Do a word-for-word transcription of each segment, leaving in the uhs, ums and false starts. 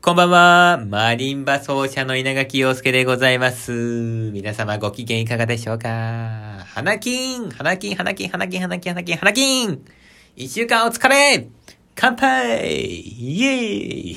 こんばんは。マリンバ奏者の稲垣陽介でございます。皆様ご機嫌いかがでしょうか？花金花金花金花金花金花金花金一週間お疲れ乾杯イエーイ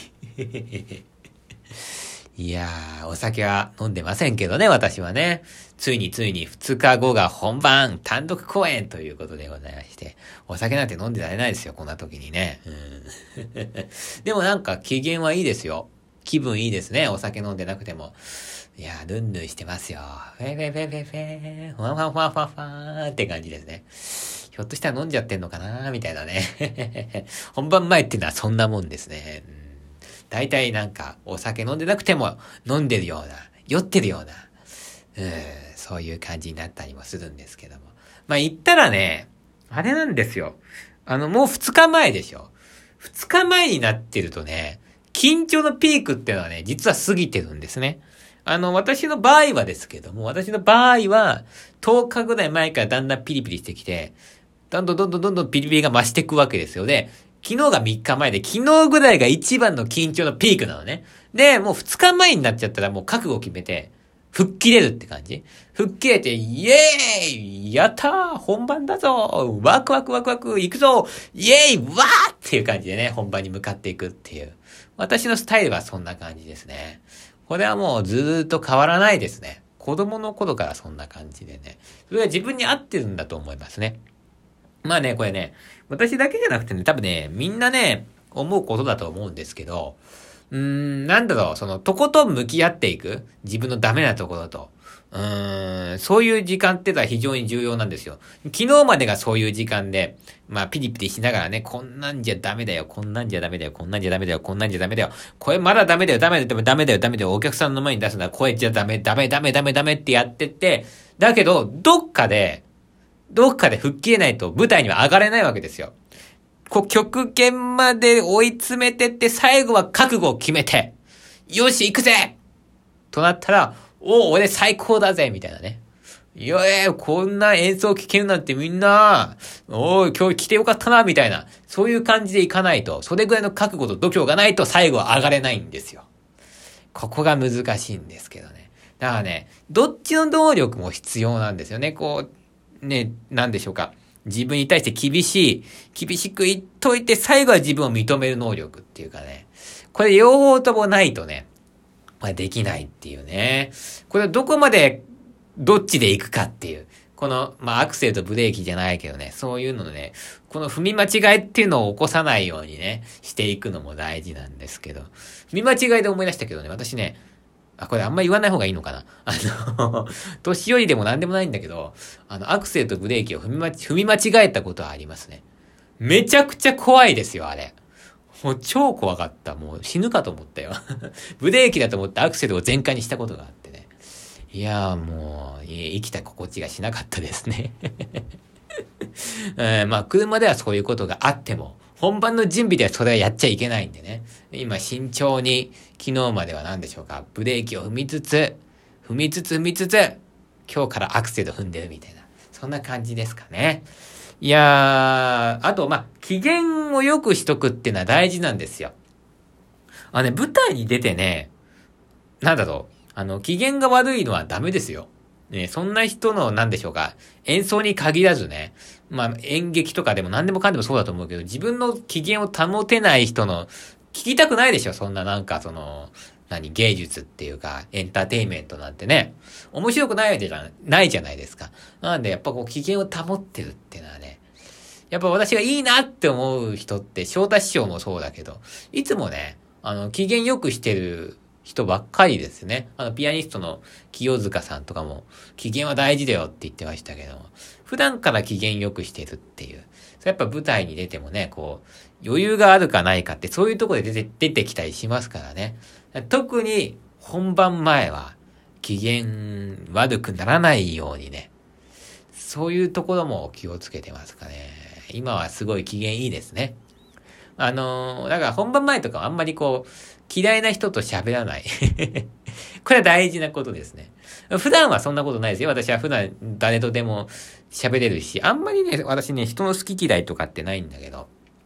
いやー、お酒は飲んでませんけどね、私はね。ついについにふつかごが本番、単独公演ということでございまして、お酒なんて飲んでられないですよ、こんな時にね。うん、でもなんか機嫌はいいですよ。気分いいですね、お酒飲んでなくても。いやー、ルンルンしてますよ。フェフェフェフェフェ、ファンファンファンファンファンって感じですね。ひょっとしたら飲んじゃってんのかなーみたいなね。本番前っていうのはそんなもんですね。うん大体なんかお酒飲んでなくても飲んでるような、酔ってるような、うん、そういう感じになったりもするんですけども。まあ言ったらね、あれなんですよ。あのもう二日前でしょ。二日前になってるとね、緊張のピークっていうのはね、実は過ぎてるんですね。あの私の場合はですけども、私の場合はとおかぐらい前からだんだんピリピリしてきて、どんどんどんどんどんどんピリピリが増していくわけですよね。昨日がみっかまえで、昨日ぐらいが一番の緊張のピークなのね。で、もうふつかまえになっちゃったらもう覚悟を決めて、吹っ切れるって感じ。吹っ切れて、イエーイやったー本番だぞワクワクワクワク行くぞイエーイわーっていう感じでね、本番に向かっていくっていう。私のスタイルはそんな感じですね。これはもうずーっと変わらないですね。子供の頃からそんな感じでね。それは自分に合ってるんだと思いますね。まあね、これね、私だけじゃなくてね、多分ね、みんなね、思うことだと思うんですけど、うーん、なんだろう、その、とことん向き合っていく、自分のダメなところと、うーん、そういう時間ってのは非常に重要なんですよ。昨日までがそういう時間で、まあ、ピリピリしながらね、こんなんじゃダメだよ、こんなんじゃダメだよ、こんなんじゃダメだよ、こんなんじゃダメだよ、これまだダメだよ、ダメだよ、ダメだよ、ダメだよ、お客さんの前に出すのは声じゃダメ、ダメ、ダメ、ダメ、ダメってやってって、だけど、どっかで、どっかで吹っ切れないと舞台には上がれないわけですよ。こう、極限まで追い詰めてって、最後は覚悟を決めて、よし、行くぜとなったら、おお、俺最高だぜみたいなね。いやえー、こんな演奏聴けるなんてみんな、おお、今日来てよかったな、みたいな。そういう感じでいかないと、それぐらいの覚悟と度胸がないと最後は上がれないんですよ。ここが難しいんですけどね。だからね、どっちの能力も必要なんですよね。こう、ね、なんでしょうか。自分に対して厳しい、厳しく言っといて、最後は自分を認める能力っていうかね。これ両方ともないとね、まあ、できないっていうね。これはどこまで、どっちで行くかっていう。この、まあ、アクセルとブレーキじゃないけどね、そういうのね、この踏み間違いっていうのを起こさないようにね、していくのも大事なんですけど。踏み間違いで思い出したけどね、私ね、あ、これあんま言わない方がいいのかなあの、年寄りでも何でもないんだけど、あの、アクセルとブレーキを踏みま、踏み間違えたことはありますね。めちゃくちゃ怖いですよ、あれ。もう超怖かった。もう死ぬかと思ったよ。ブレーキだと思ってアクセルを全開にしたことがあってね。いやーもう、生きた心地がしなかったですね。えー、まあ、車ではそういうことがあっても、本番の準備ではそれはやっちゃいけないんでね。今慎重に、昨日までは何でしょうか、ブレーキを踏みつつ、踏みつつ踏みつつ、今日からアクセル踏んでるみたいな。そんな感じですかね。いやー、あと、まあ、機嫌を良くしとくっていうのは大事なんですよ。あのね、舞台に出てね、なんだろう、あの、機嫌が悪いのはダメですよ。ね、そんな人の、なんでしょうか、演奏に限らずね、まあ、演劇とかでも何でもかんでもそうだと思うけど、自分の機嫌を保てない人の、聞きたくないでしょ、そんななんかその、何、芸術っていうか、エンターテインメントなんてね、面白くないわけじゃないじゃないですか。なんで、やっぱこう、機嫌を保ってるっていうのはね、やっぱ私がいいなって思う人って、翔太師匠もそうだけど、いつもね、あの、機嫌よくしてる人ばっかりですね。あの、ピアニストの清塚さんとかも、機嫌は大事だよって言ってましたけども、普段から機嫌よくしてるっていう。やっぱ舞台に出てもね、こう、余裕があるかないかって、そういうところで出て、出てきたりしますからね。特に、本番前は、機嫌悪くならないようにね、そういうところも気をつけてますかね。今はすごい機嫌いいですね。あのー、だから本番前とかあんまりこう、嫌いな人と喋らない。これは大事なことですね。普段はそんなことないですよ。私は普段誰とでも喋れるし、あんまりね、私ね、人の好き嫌いとかってないんだけど、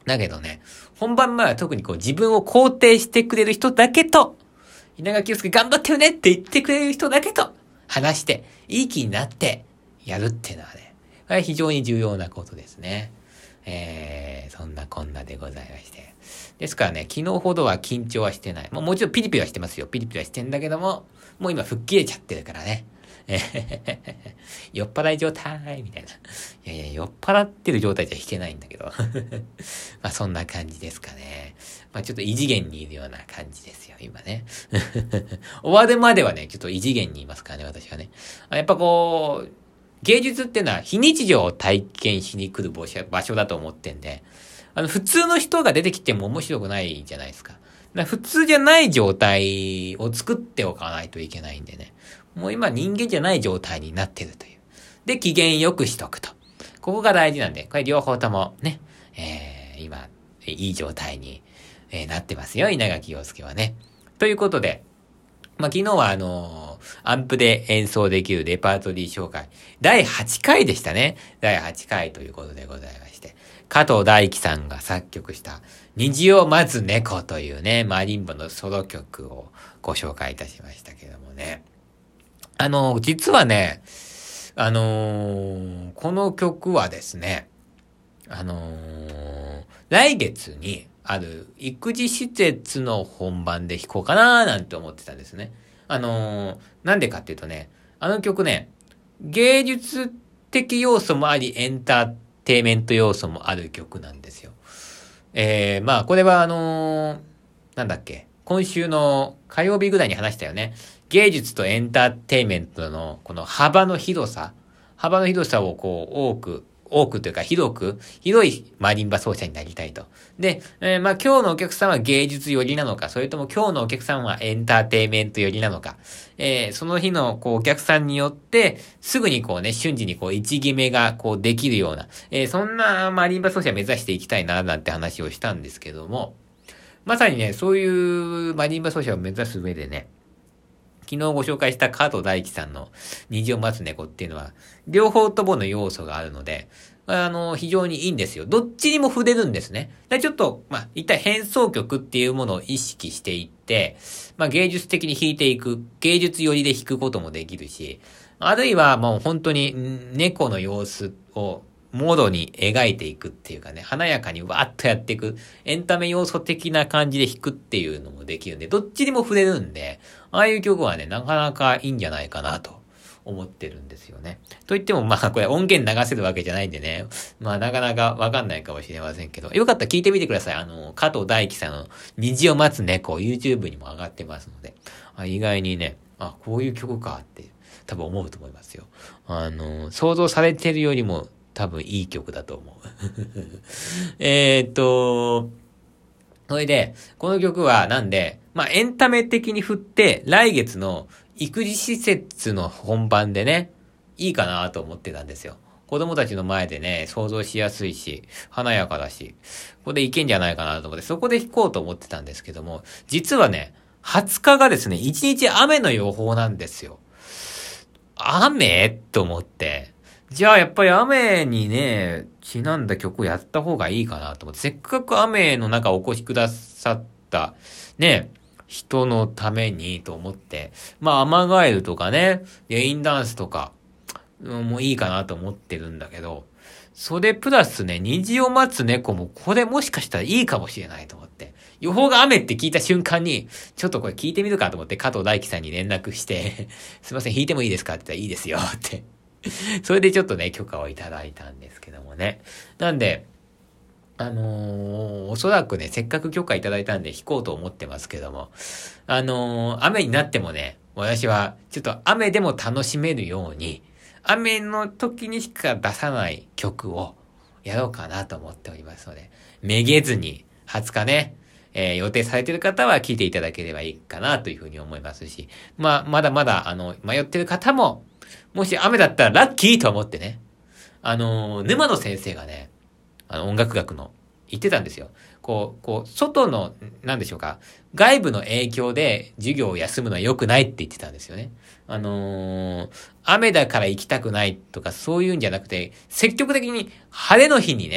だけどね、本番前は特にこう自分を肯定してくれる人だけと、稲垣陽介頑張ってるねって言ってくれる人だけと話して、いい気になってやるっていうのはね、これは非常に重要なことですね。えー、そんなこんなでございまして。ですからね、昨日ほどは緊張はしてない。もうもちろんピリピリはしてますよ。ピリピリはしてんだけども、もう今吹っ切れちゃってるからね。酔っ払い状態みたいな。いやいや、酔っ払ってる状態じゃ弾けないんだけど。まあそんな感じですかね。まあちょっと異次元にいるような感じですよ、今ね。終わるまではね、ちょっと異次元にいますからね、私はね。やっぱこう、芸術っていうのは非日常を体験しに来る場所、場所だと思ってんで、あの、普通の人が出てきても面白くないじゃないですか。だから普通じゃない状態を作っておかないといけないんでね。もう今人間じゃない状態になってるという。で、機嫌よくしとくと。ここが大事なんで、これ両方ともね、えー、今、いい状態に、えー、なってますよ、稲垣陽介はね。ということで、まあ、昨日はあのー、アンプで演奏できるレパートリー紹介。だいはちかいでしたね。だいはちかいということでございまして。加藤大輝さんが作曲した虹を待つ猫というね、マリンバのソロ曲をご紹介いたしましたけどもね。あのー、実はね、あのー、この曲はですね、あのー、来月に、ある育児施設の本番で弾こうかなーなんて思ってたんですね。あのー、なんでかっていうとね、あの曲ね、芸術的要素もあり、エンターテイメント要素もある曲なんですよ。えー、まあこれはあのー、なんだっけ、今週の火曜日ぐらいに話したよね。芸術とエンターテイメントのこの幅の広さ、幅の広さをこう多く、多くというか広く、広いマリンバ奏者になりたいと。で、えー、まあ今日のお客さんは芸術寄りなのか、それとも今日のお客さんはエンターテイメント寄りなのか、えー、その日のこうお客さんによって、すぐにこうね、瞬時にこう一決めがこうできるような、えー、そんなマリンバ奏者を目指していきたいな、なんて話をしたんですけども、まさにね、そういうマリンバ奏者を目指す上でね、昨日ご紹介した加藤大輝さんの虹を待つ猫っていうのは、両方ともの要素があるので、あの、非常にいいんですよ。どっちにも触れるんですね。でちょっと、まあ、一体変奏曲っていうものを意識していって、まあ、芸術的に弾いていく、芸術寄りで弾くこともできるし、あるいはもう本当に猫の様子をモードに描いていくっていうかね、華やかにわーっとやっていく、エンタメ要素的な感じで弾くっていうのもできるんで、どっちにも触れるんで、ああいう曲はね、なかなかいいんじゃないかなと思ってるんですよね。といってもまあこれ音源流せるわけじゃないんでね、まあなかなかわかんないかもしれませんけど、よかったら聞いてみてください。あの、加藤大輝さんの虹を待つ猫、YouTube にも上がってますので、あ意外にね、あ、こういう曲かって多分思うと思いますよ。あの、想像されてるよりも、多分いい曲だと思う。えっと、それで、この曲はなんで、まあエンタメ的に振って、来月の育児施設の本番でね、いいかなと思ってたんですよ。子供たちの前でね、想像しやすいし、華やかだし、ここでいけんじゃないかなと思って、そこで弾こうと思ってたんですけども、実はね、はつかがですね、いちにち雨の予報なんですよ。雨と思って。じゃあやっぱり雨にね、ちなんだ曲をやった方がいいかなと思って、せっかく雨の中お越しくださったね、人のためにと思って、まあアマガエルとかね、レインダンスとか、うん、もういいかなと思ってるんだけど、それプラスね、虹を待つ猫もこれもしかしたらいいかもしれないと思って、予報が雨って聞いた瞬間に、ちょっとこれ聞いてみるかと思って加藤大輝さんに連絡して、すいません弾いてもいいですかって言ったらいいですよって。それでちょっとね、許可をいただいたんですけどもね。なんで、あのー、おそらくね、せっかく許可いただいたんで弾こうと思ってますけども、あのー、雨になってもね、私はちょっと雨でも楽しめるように、雨の時にしか出さない曲をやろうかなと思っておりますので、めげずにはつかね、えー、予定されている方は聞いていただければいいかなというふうに思いますし、まあ、まだまだ、あの、迷ってる方も、もし雨だったらラッキーと思ってね。あのー、沼野先生がね、あの、音楽学の言ってたんですよ。こう、こう、外の、なんでしょうか、外部の影響で授業を休むのは良くないって言ってたんですよね。あのー、雨だから行きたくないとかそういうんじゃなくて、積極的に晴れの日にね、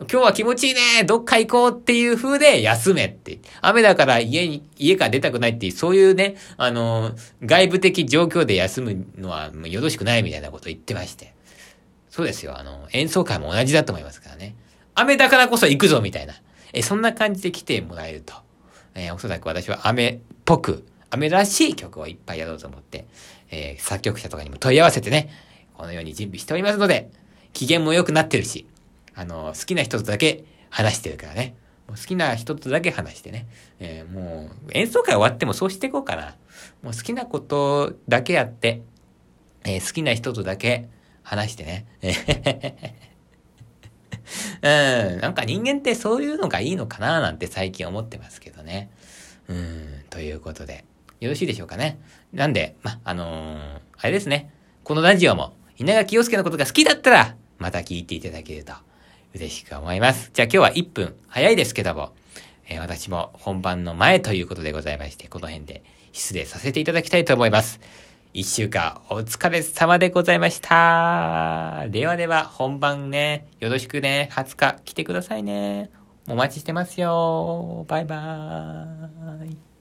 今日は気持ちいいね、どっか行こうっていう風で休めって。雨だから家に、家から出たくないっていう、そういうね、あのー、外部的状況で休むのはよろしくないみたいなことを言ってまして。そうですよ、あの、演奏会も同じだと思いますからね。雨だからこそ行くぞみたいな。え、そんな感じで来てもらえると。えー、おそらく私は雨っぽく、雨らしい曲をいっぱいやろうと思って、えー、作曲者とかにも問い合わせてね、このように準備しておりますので、機嫌も良くなってるし、あの、好きな人とだけ話してるからね。もう好きな人とだけ話してね。えー、もう、演奏会終わってもそうしていこうかな。もう好きなことだけやって、えー、好きな人とだけ話してね。うん、なんか人間ってそういうのがいいのかななんて最近思ってますけどね。うん、ということで。よろしいでしょうかね。なんで、ま、あのー、あれですね。このラジオも、稲垣陽介のことが好きだったら、また聞いていただけると嬉しく思います。じゃあ今日はいっぷん早いですけども、えー、私も本番の前ということでございまして、この辺で失礼させていただきたいと思います。一週間お疲れ様でございました。ではでは本番ね、よろしくね、はつか来てくださいね。お待ちしてますよ。バイバーイ。